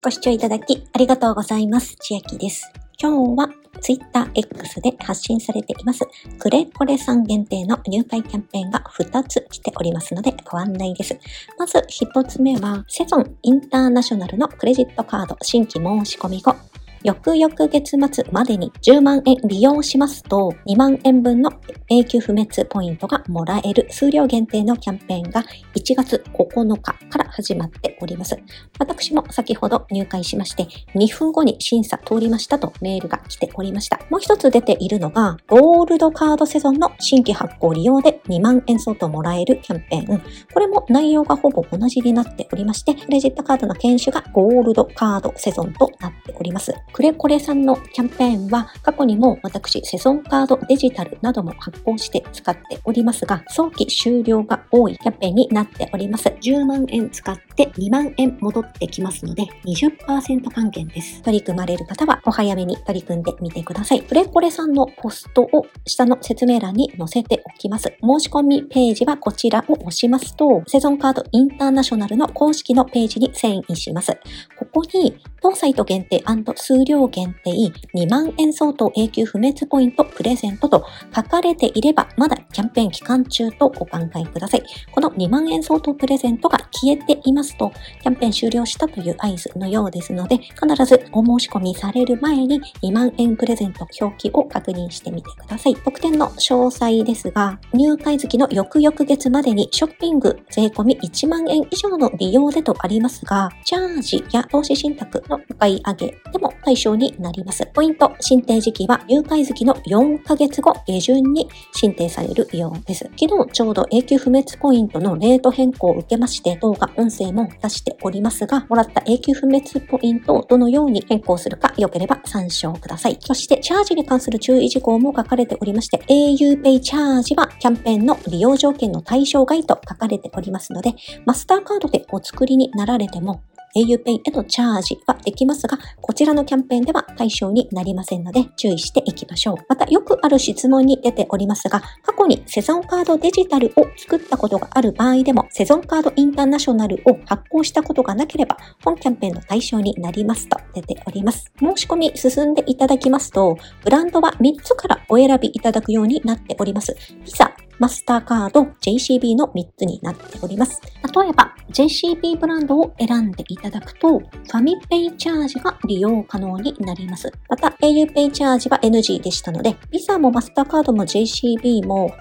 ご視聴いただきありがとうございます。千秋です。今日は TwitterX で発信されていますクレコレさん限定の入会キャンペーンが2つ来ておりますのでご案内です。まず1つ目はセゾンインターナショナルのクレジットカード新規申し込み後翌々月末までに10万円利用しますと2万円分の永久不滅ポイントがもらえる数量限定のキャンペーンが1月9日から始まっております。私も先ほど入会しまして2分後に審査通りましたとメールが来ておりました。もう一つ出ているのがゴールドカードセゾンの新規発行利用で2万円相当もらえるキャンペーン。これも内容がほぼ同じになっておりましてクレジットカードの犬種がゴールドカードセゾンとなっております。クレコレさんのキャンペーンは過去にも私セゾンカードデジタルなども発行して使っておりますが早期終了が多いキャンペーンになっております。10万円使って2万円戻ってきますので 20% 還元です。取り組まれる方はお早めに取り組んでみてください。クレコレさんのポストを下の説明欄に載せておきます。申し込みページはこちらを押しますとセゾンカードインターナショナルの公式のページに遷移します。ここに当サイト限定&数量限定2万円相当永久不滅ポイントプレゼントと書かれていればまだキャンペーン期間中とお考えください。この2万円相当プレゼントが消えていますとキャンペーン終了したという合図のようですので必ずお申し込みされる前に2万円プレゼント表記を確認してみてください。特典の詳細ですが入会月の翌々月までにショッピング税込み1万円以上の利用でとありますがチャージや投資信託のお買い上げでも対象になります。ポイント申請時期は入会月の4ヶ月後下旬に申請されるようです。昨日ちょうど永久不滅ポイントのレート変更を受けまして動画音声も出しておりますがもらった永久不滅ポイントをどのように変更するかよければ参照ください。そしてチャージに関する注意事項も書かれておりまして auPay チャージはキャンペーンの利用条件の対象外と書かれておりますのでマスターカードでお作りになられてもauPay へのチャージはできますが、こちらのキャンペーンでは対象になりませんので注意していきましょう。またよくある質問に出ておりますが、過去にセゾンカードデジタルを作ったことがある場合でも、セゾンカードインターナショナルを発行したことがなければ、本キャンペーンの対象になりますと出ております。申し込み進んでいただきますと、ブランドは3つからお選びいただくようになっております。ビザ、マスターカード、JCB の3つになっております。例えば、JCB ブランドを選んでいただくと、ファミペイチャージが利用可能になります。また、auPay チャージは NG でしたので、ビザもマスターカードも JCB も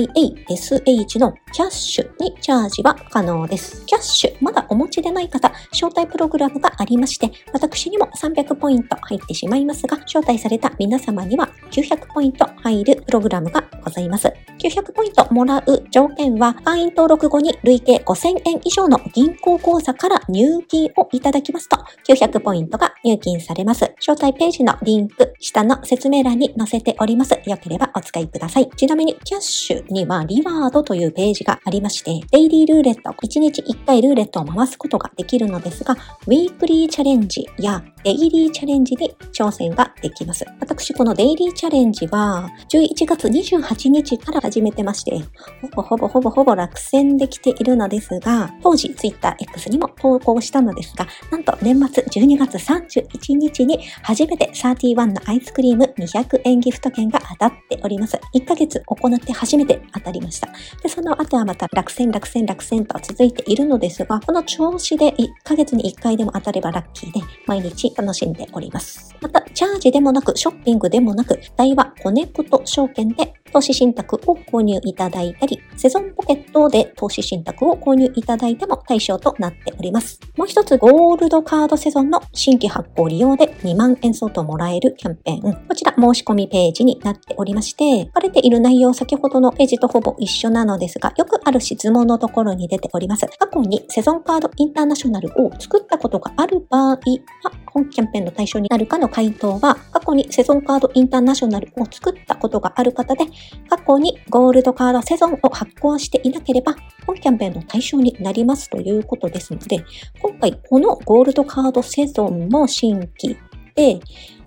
KYASH のキャッシュにチャージは可能です。キャッシュ、まだお持ちでない方、招待プログラムがありまして、私にも300ポイント入ってしまいますが、招待された皆様には900ポイント入るプログラムがございます。900ポイントもらう条件は会員登録後に累計5000円以上の銀行口座から入金をいただきますと900ポイントが入金されます。招待ページのリンク下の説明欄に載せております。よければお使いください。ちなみにキャッシュにはリワードというページがありましてデイリールーレット1日1回ルーレットを回すことができるのですがウィークリーチャレンジやデイリーチャレンジに挑戦ができます。私このデイリーチャレンジは11月28日から始めてましてほぼ楽戦できているのですが当時 TwitterX にも投稿したのですがなんと年末12月31日に初めて31のアイスクリーム200円ギフト券が当たっております。1ヶ月行って初めて当たりました。でその後はまた楽戦と続いているのですがこの調子で1ヶ月に1回でも当たればラッキーで毎日楽しんでおります。またチャージでもなくショッピングでもなく大和コネクト証券で投資信託を購入いただいたりセゾンポケットで投資信託を購入いただいても対象となっております。もう一つゴールドカードセゾンの新規発行利用で2万円相当もらえるキャンペーン。こちら申し込みページになっておりまして書かれている内容先ほどのページとほぼ一緒なのですがよくある質問のところに出ております。過去にセゾンカードインターナショナルを作ったことがある場合は本キャンペーンの対象になるかの回答は過去にセゾンカードインターナショナルを作ったことがある方で過去にゴールドカードセゾンを発行していなければ本キャンペーンの対象になりますということですので今回このゴールドカードセゾンも新規で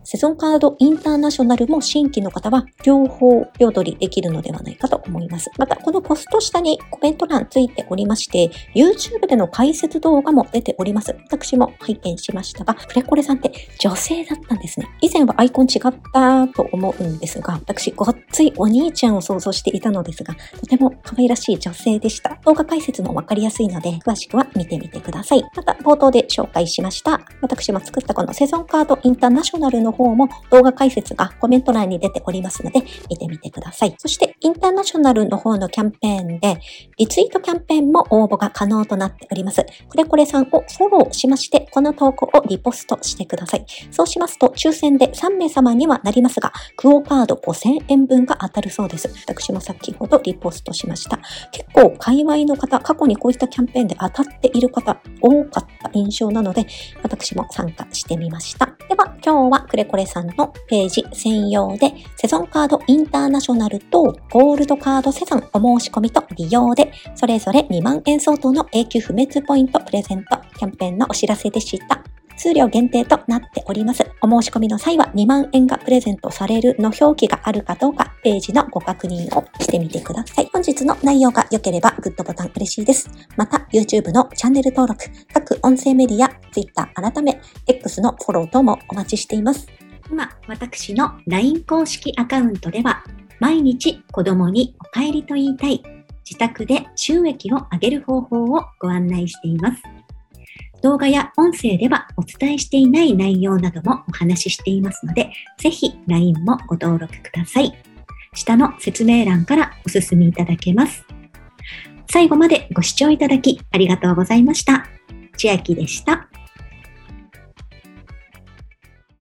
セゾンカードインターナショナルも新規の方は両方両取りできるのではないかと思います。また、このポスト下にコメント欄ついておりまして、YouTube での解説動画も出ております。私も拝見しましたが、クレコレさんって女性だったんですね。以前はアイコン違ったと思うんですが、私ごっついお兄ちゃんを想像していたのですが、とても可愛らしい女性でした。動画解説もわかりやすいので、詳しくは見てみてください。また、冒頭で紹介しました、私も作ったこのセゾンカードインターナショナルの方も動画解説がコメント欄に出ておりますので、見てみてください。そして、インターナショナルの方のキャンペーンで、リツイートキャンペーンも応募が可能となっております。クレコレさんをフォローしまして、この投稿をリポストしてください。そうしますと、抽選で3名様にはなりますが、クオカード5000円分が当たるそうです。私も先ほどリポストしました。結構、界隈の方、過去にこういったキャンペーンで当たっている方、多かった印象なので、私も参加してみました。では、今日はクレコレさんのページ専用で、セゾンカードインターナショナルとゴールドカードセゾンお申し込みと利用で、それぞれ2万円相当の永久不滅ポイントプレゼントキャンペーンのお知らせでした。数量限定となっております。お申し込みの際は2万円がプレゼントされるの表記があるかどうか、ページのご確認をしてみてください。本日の内容が良ければグッドボタン嬉しいです。また YouTube のチャンネル登録、各音声メディア、Twitter 改め X のフォロー等もお待ちしています。今、私の LINE 公式アカウントでは、毎日子供にお帰りと言いたい、自宅で収益を上げる方法をご案内しています。動画や音声ではお伝えしていない内容などもお話ししていますので、ぜひ LINE もご登録ください。下の説明欄からお進みいただけます。最後までご視聴いただきありがとうございました。千秋でした。